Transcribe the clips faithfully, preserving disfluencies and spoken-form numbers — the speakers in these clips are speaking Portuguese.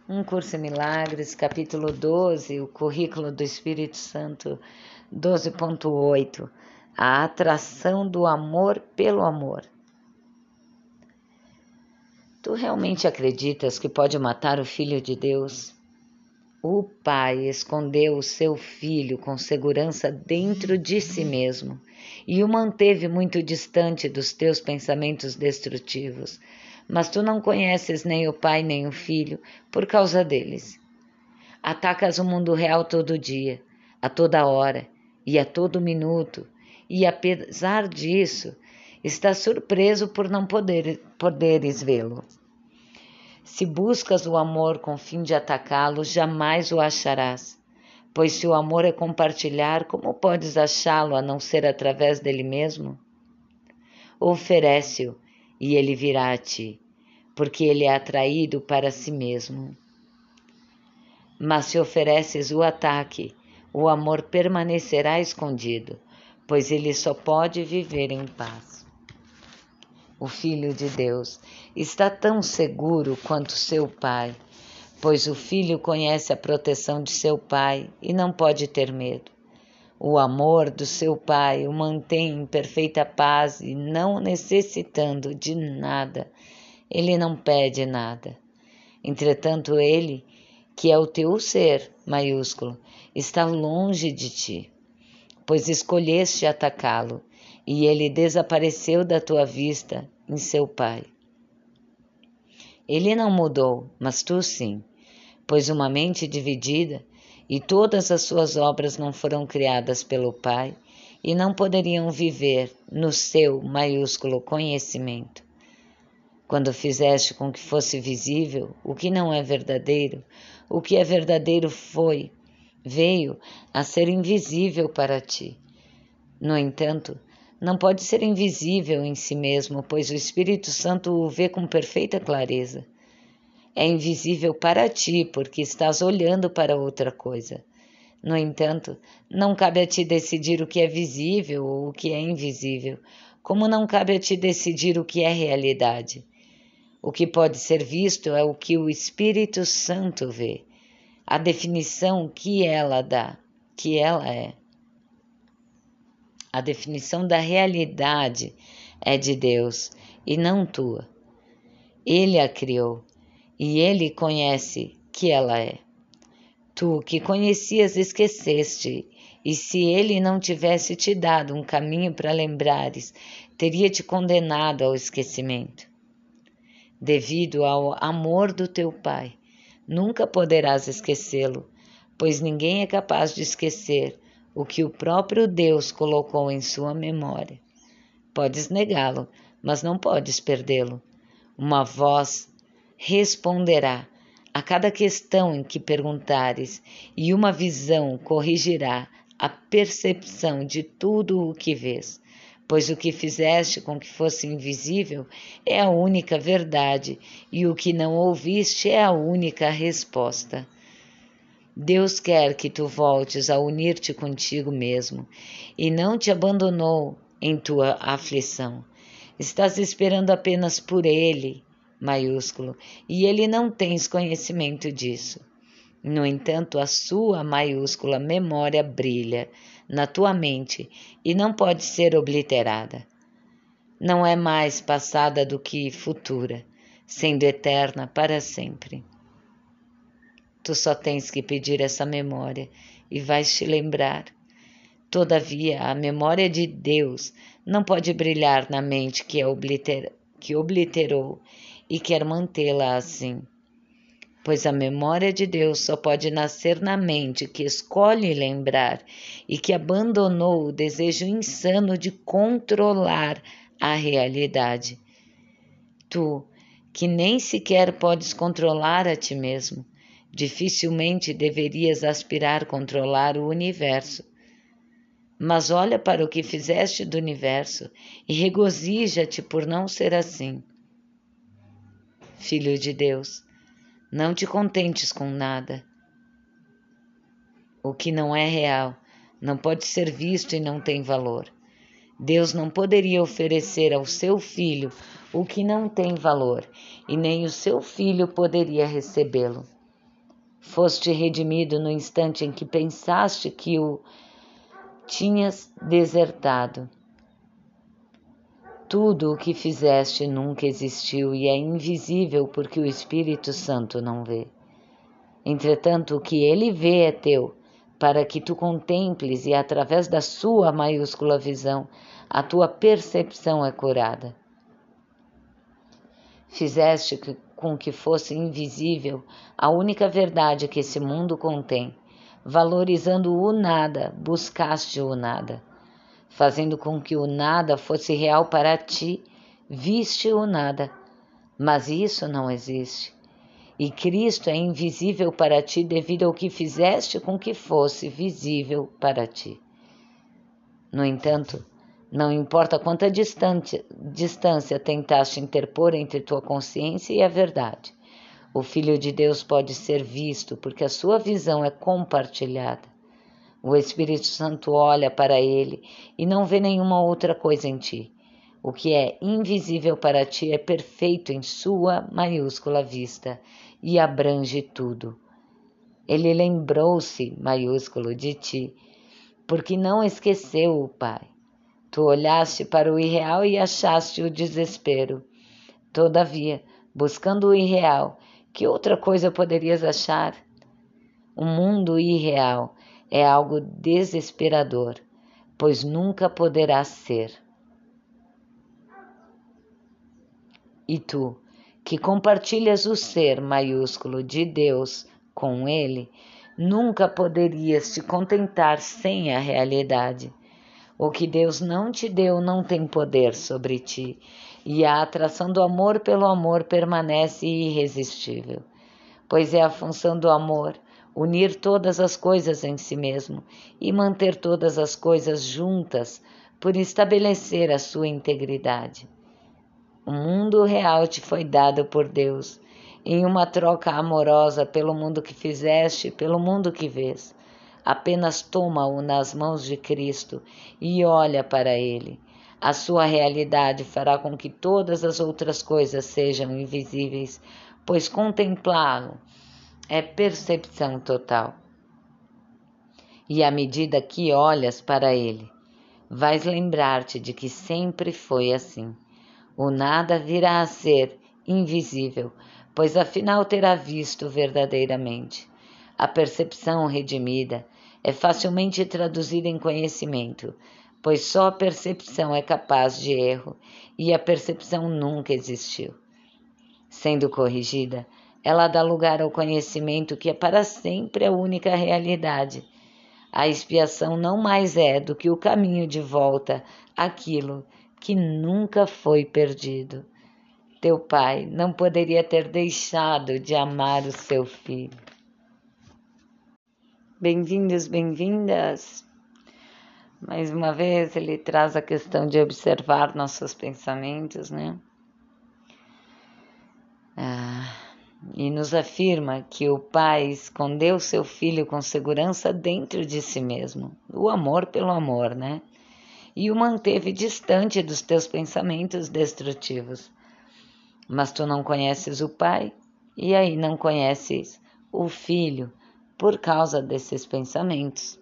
Um Curso em Milagres, capítulo doze, o currículo do Espírito Santo, doze ponto oito, a atração do amor pelo amor. Tu realmente acreditas que pode matar o Filho de Deus? O Pai escondeu o seu Filho com segurança dentro de si mesmo e o manteve muito distante dos teus pensamentos destrutivos. Mas tu não conheces nem o Pai nem o Filho por causa deles. Atacas o mundo real todo dia, a toda hora e a todo minuto, e apesar disso, estás surpreso por não poder, poderes vê-lo. Se buscas o amor com fim de atacá-lo, jamais o acharás, pois se o amor é compartilhar, como podes achá-lo a não ser através dele mesmo? Oferece-o e ele virá a ti, porque ele é atraído para si mesmo. Mas se ofereces o ataque, o amor permanecerá escondido, pois ele só pode viver em paz. O Filho de Deus está tão seguro quanto seu Pai, pois o Filho conhece a proteção de seu Pai e não pode ter medo. O amor do seu Pai o mantém em perfeita paz e não necessitando de nada. Ele não pede nada. Entretanto, ele, que é o teu ser maiúsculo, está longe de ti, pois escolheste atacá-lo, e ele desapareceu da tua vista em seu Pai. Ele não mudou, mas tu sim, pois uma mente dividida e todas as suas obras não foram criadas pelo Pai e não poderiam viver no seu maiúsculo conhecimento. Quando fizeste com que fosse visível o que não é verdadeiro, o que é verdadeiro foi, veio a ser invisível para ti. No entanto, não pode ser invisível em si mesmo, pois o Espírito Santo o vê com perfeita clareza. É invisível para ti, porque estás olhando para outra coisa. No entanto, não cabe a ti decidir o que é visível ou o que é invisível, como não cabe a ti decidir o que é realidade. O que pode ser visto é o que o Espírito Santo vê, a definição que ela dá, que ela é. A definição da realidade é de Deus e não tua. Ele a criou e ele conhece que ela é. Tu que conhecias esqueceste, e se ele não tivesse te dado um caminho para lembrares, teria te condenado ao esquecimento. Devido ao amor do teu Pai, nunca poderás esquecê-lo, pois ninguém é capaz de esquecer o que o próprio Deus colocou em sua memória. Podes negá-lo, mas não podes perdê-lo. Uma voz responderá a cada questão em que perguntares, e uma visão corrigirá a percepção de tudo o que vês, pois o que fizeste com que fosse invisível é a única verdade, e o que não ouviste é a única resposta. Deus quer que tu voltes a unir-te contigo mesmo, e não te abandonou em tua aflição. Estás esperando apenas por Ele, maiúsculo, e Ele não tens conhecimento disso. No entanto, a sua maiúscula memória brilha na tua mente e não pode ser obliterada. Não é mais passada do que futura, sendo eterna para sempre. Tu só tens que pedir essa memória e vais te lembrar. Todavia, a memória de Deus não pode brilhar na mente que, é obliter... que obliterou e quer mantê-la assim. Pois a memória de Deus só pode nascer na mente que escolhe lembrar e que abandonou o desejo insano de controlar a realidade. Tu, que nem sequer podes controlar a ti mesmo, dificilmente deverias aspirar controlar o universo. Mas olha para o que fizeste do universo e regozija-te por não ser assim. Filho de Deus, não te contentes com nada. O que não é real não pode ser visto e não tem valor. Deus não poderia oferecer ao seu filho o que não tem valor, e nem o seu filho poderia recebê-lo. Foste redimido no instante em que pensaste que o tinhas desertado. Tudo o que fizeste nunca existiu e é invisível porque o Espírito Santo não vê. Entretanto, o que ele vê é teu, para que tu contemples e, através da sua maiúscula visão, a tua percepção é curada. Fizeste com que fosse invisível a única verdade que esse mundo contém. Valorizando o nada, buscaste o nada. Fazendo com que o nada fosse real para ti, viste o nada. Mas isso não existe. E Cristo é invisível para ti devido ao que fizeste com que fosse visível para ti. No entanto, não importa quanta distância, distância tentaste interpor entre tua consciência e a verdade, o Filho de Deus pode ser visto porque a sua visão é compartilhada. O Espírito Santo olha para ele e não vê nenhuma outra coisa em ti. O que é invisível para ti é perfeito em sua maiúscula vista e abrange tudo. Ele lembrou-se, maiúsculo, de ti, porque não esqueceu o Pai. Tu olhaste para o irreal e achaste o desespero. Todavia, buscando o irreal, que outra coisa poderias achar? O mundo irreal é algo desesperador, pois nunca poderá ser. E tu, que compartilhas o ser maiúsculo de Deus com ele, nunca poderias te contentar sem a realidade. O que Deus não te deu não tem poder sobre ti, e a atração do amor pelo amor permanece irresistível, pois é a função do amor unir todas as coisas em si mesmo e manter todas as coisas juntas por estabelecer a sua integridade. O mundo real te foi dado por Deus, em uma troca amorosa pelo mundo que fizeste, pelo mundo que vês. Apenas toma-o nas mãos de Cristo e olha para ele. A sua realidade fará com que todas as outras coisas sejam invisíveis, pois contemplá-lo é percepção total. E à medida que olhas para ele, vais lembrar-te de que sempre foi assim. O nada virá a ser invisível, pois afinal terá visto verdadeiramente. A percepção redimida é facilmente traduzida em conhecimento, pois só a percepção é capaz de erro e a percepção nunca existiu. Sendo corrigida, ela dá lugar ao conhecimento que é para sempre a única realidade. A expiação não mais é do que o caminho de volta àquilo que nunca foi perdido. Teu pai não poderia ter deixado de amar o seu filho. Bem-vindos, bem-vindas. Mais uma vez ele traz a questão de observar nossos pensamentos, né? Ah, e nos afirma que o pai escondeu seu filho com segurança dentro de si mesmo, o amor pelo amor, né? E o manteve distante dos teus pensamentos destrutivos. Mas tu não conheces o pai, e aí não conheces o filho por causa desses pensamentos.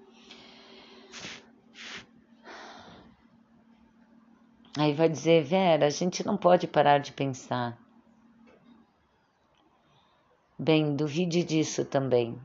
Aí vai dizer, Vera, a gente não pode parar de pensar. Bem, duvide disso também.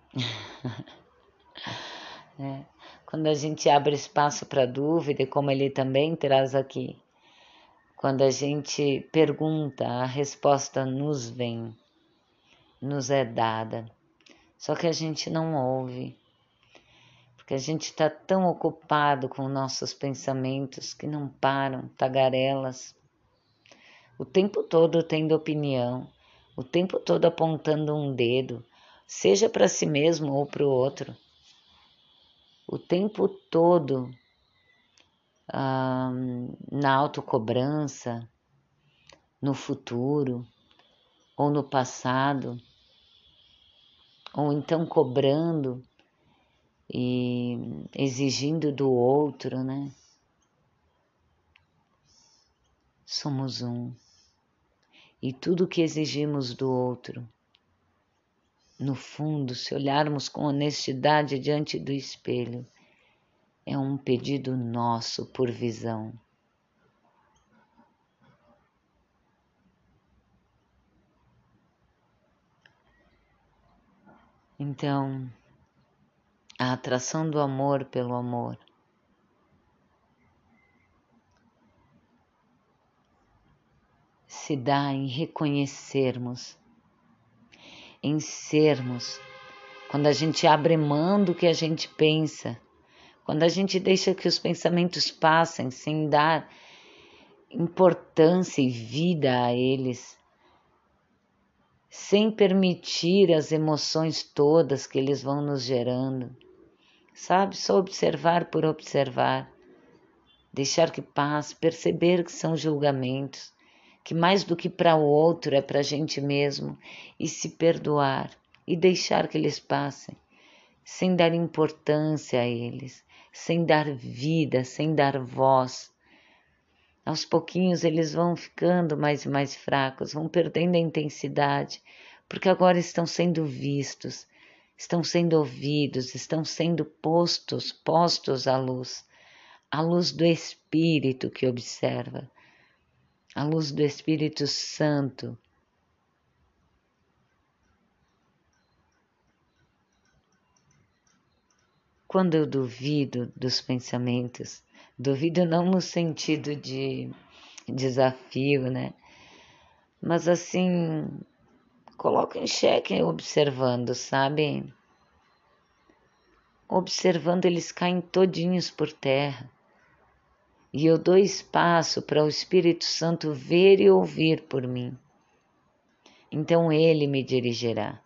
É. Quando a gente abre espaço para dúvida, como ele também traz aqui, quando a gente pergunta, a resposta nos vem, nos é dada. Só que a gente não ouve, porque a gente está tão ocupado com nossos pensamentos que não param, tagarelas, o tempo todo tendo opinião, o tempo todo apontando um dedo, seja para si mesmo ou para o outro. O tempo todo ah, na autocobrança, no futuro ou no passado, ou então cobrando e exigindo do outro, né? Somos um. E tudo que exigimos do outro no fundo, se olharmos com honestidade diante do espelho, é um pedido nosso por visão. Então, a atração do amor pelo amor se dá em reconhecermos, em sermos, quando a gente abre mão do que a gente pensa, quando a gente deixa que os pensamentos passem sem dar importância e vida a eles, sem permitir as emoções todas que eles vão nos gerando, sabe? Só observar por observar, deixar que passe, perceber que são julgamentos, que mais do que para o outro é para a gente mesmo, e se perdoar e deixar que eles passem, sem dar importância a eles, sem dar vida, sem dar voz. Aos pouquinhos eles vão ficando mais e mais fracos, vão perdendo a intensidade, porque agora estão sendo vistos, estão sendo ouvidos, estão sendo postos, postos à luz, à luz do Espírito que observa, à luz do Espírito Santo. Quando eu duvido dos pensamentos, duvido não no sentido de desafio, né? Mas assim, coloco em xeque observando, sabe? Observando, eles caem todinhos por terra. E eu dou espaço para o Espírito Santo ver e ouvir por mim. Então ele me dirigirá.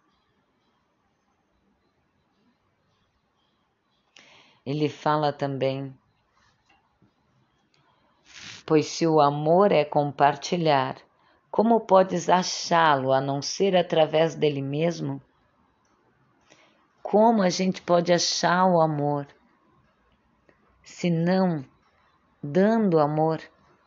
Ele fala também: pois se o amor é compartilhar, como podes achá-lo a não ser através dele mesmo? Como a gente pode achar o amor, se não dando amor?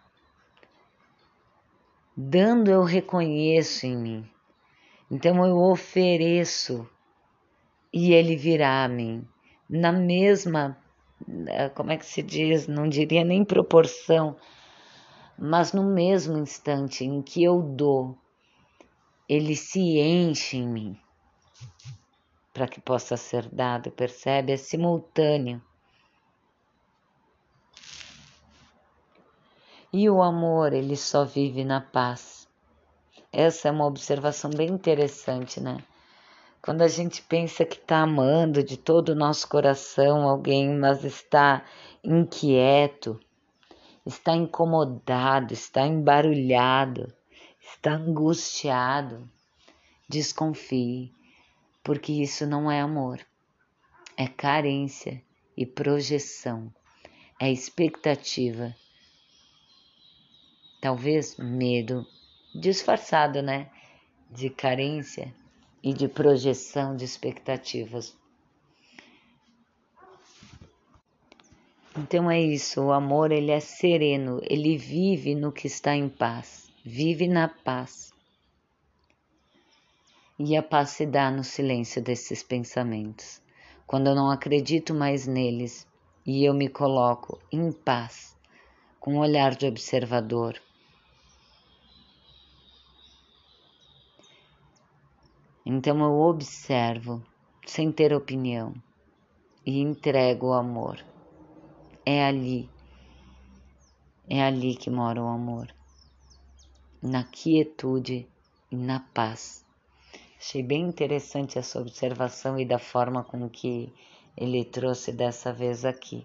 Dando eu reconheço em mim, então eu ofereço e ele virá a mim, na mesma, como é que se diz, não diria nem proporção, mas no mesmo instante em que eu dou, ele se enche em mim, para que possa ser dado, percebe? É simultâneo. E o amor, ele só vive na paz. Essa é uma observação bem interessante, né? Quando a gente pensa que está amando de todo o nosso coração alguém, mas está inquieto, está incomodado, está embarulhado, está angustiado, desconfie, porque isso não é amor, é carência e projeção, é expectativa, talvez medo, disfarçado, né, de carência e de projeção de expectativas. Então é isso, o amor ele é sereno, ele vive no que está em paz, vive na paz. E a paz se dá no silêncio desses pensamentos, quando eu não acredito mais neles e eu me coloco em paz, com um olhar de observador. Então eu observo, sem ter opinião, e entrego o amor. É ali, é ali que mora o amor, na quietude e na paz. Achei bem interessante essa observação e da forma com que ele trouxe dessa vez aqui.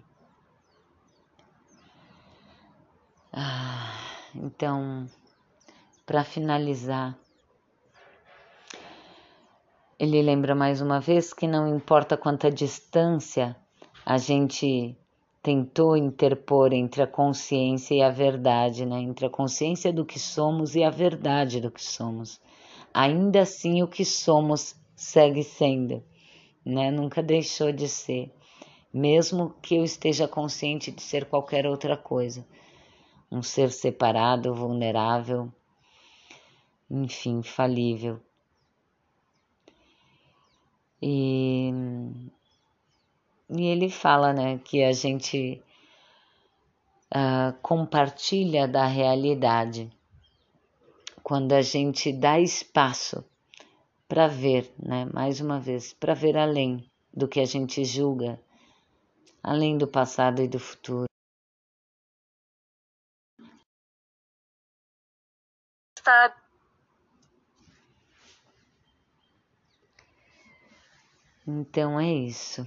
Ah, então, para finalizar, ele lembra mais uma vez que não importa quanta distância a gente tentou interpor entre a consciência e a verdade, né? Entre a consciência do que somos e a verdade do que somos. Ainda assim, o que somos segue sendo, né? Nunca deixou de ser, mesmo que eu esteja consciente de ser qualquer outra coisa. Um ser separado, vulnerável, enfim, falível. E, e ele fala, né, que a gente uh, compartilha da realidade quando a gente dá espaço para ver, né, mais uma vez, para ver além do que a gente julga, além do passado e do futuro. Está. Então é isso.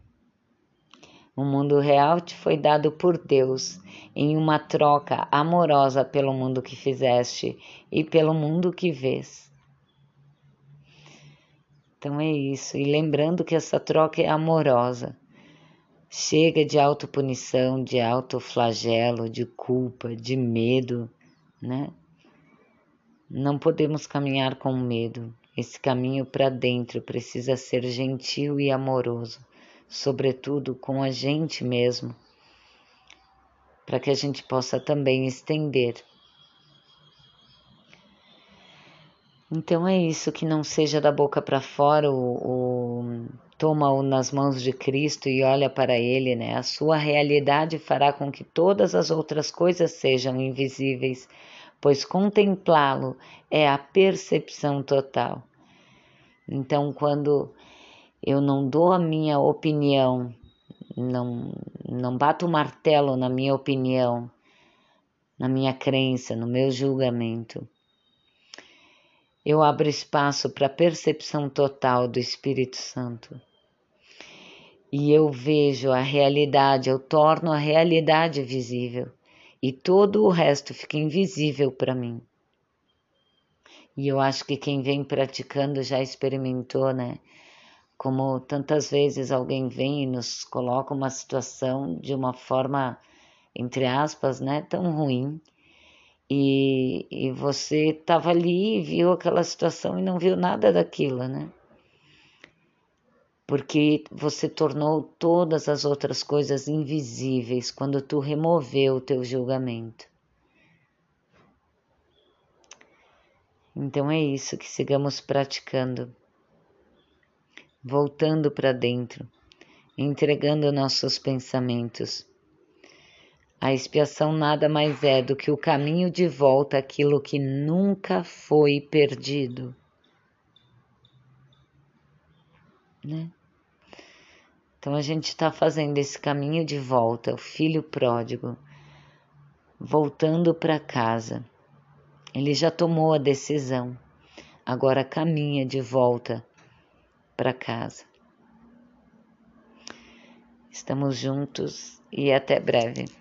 O mundo real te foi dado por Deus em uma troca amorosa pelo mundo que fizeste e pelo mundo que vês. Então é isso. E lembrando que essa troca é amorosa. Chega de autopunição, de autoflagelo, de culpa, de medo, né? Não podemos caminhar com medo. Esse caminho para dentro precisa ser gentil e amoroso, sobretudo com a gente mesmo, para que a gente possa também estender. Então é isso, que não seja da boca para fora, o, o toma-o nas mãos de Cristo e olha para Ele, né? A sua realidade fará com que todas as outras coisas sejam invisíveis, pois contemplá-lo é a percepção total. Então, quando eu não dou a minha opinião, não, não bato o martelo na minha opinião, na minha crença, no meu julgamento, eu abro espaço para a percepção total do Espírito Santo. E eu vejo a realidade, eu torno a realidade visível. E todo o resto fica invisível para mim. E eu acho que quem vem praticando já experimentou, né? Como tantas vezes alguém vem e nos coloca uma situação de uma forma, entre aspas, né, tão ruim, e, e você estava ali e viu aquela situação e não viu nada daquilo, né? Porque você tornou todas as outras coisas invisíveis quando tu removeu o teu julgamento. Então é isso, que sigamos praticando, voltando para dentro, entregando nossos pensamentos. A expiação nada mais é do que o caminho de volta àquilo que nunca foi perdido, né? Então a gente está fazendo esse caminho de volta, o filho pródigo, voltando para casa. Ele já tomou a decisão, agora caminha de volta para casa. Estamos juntos e até breve.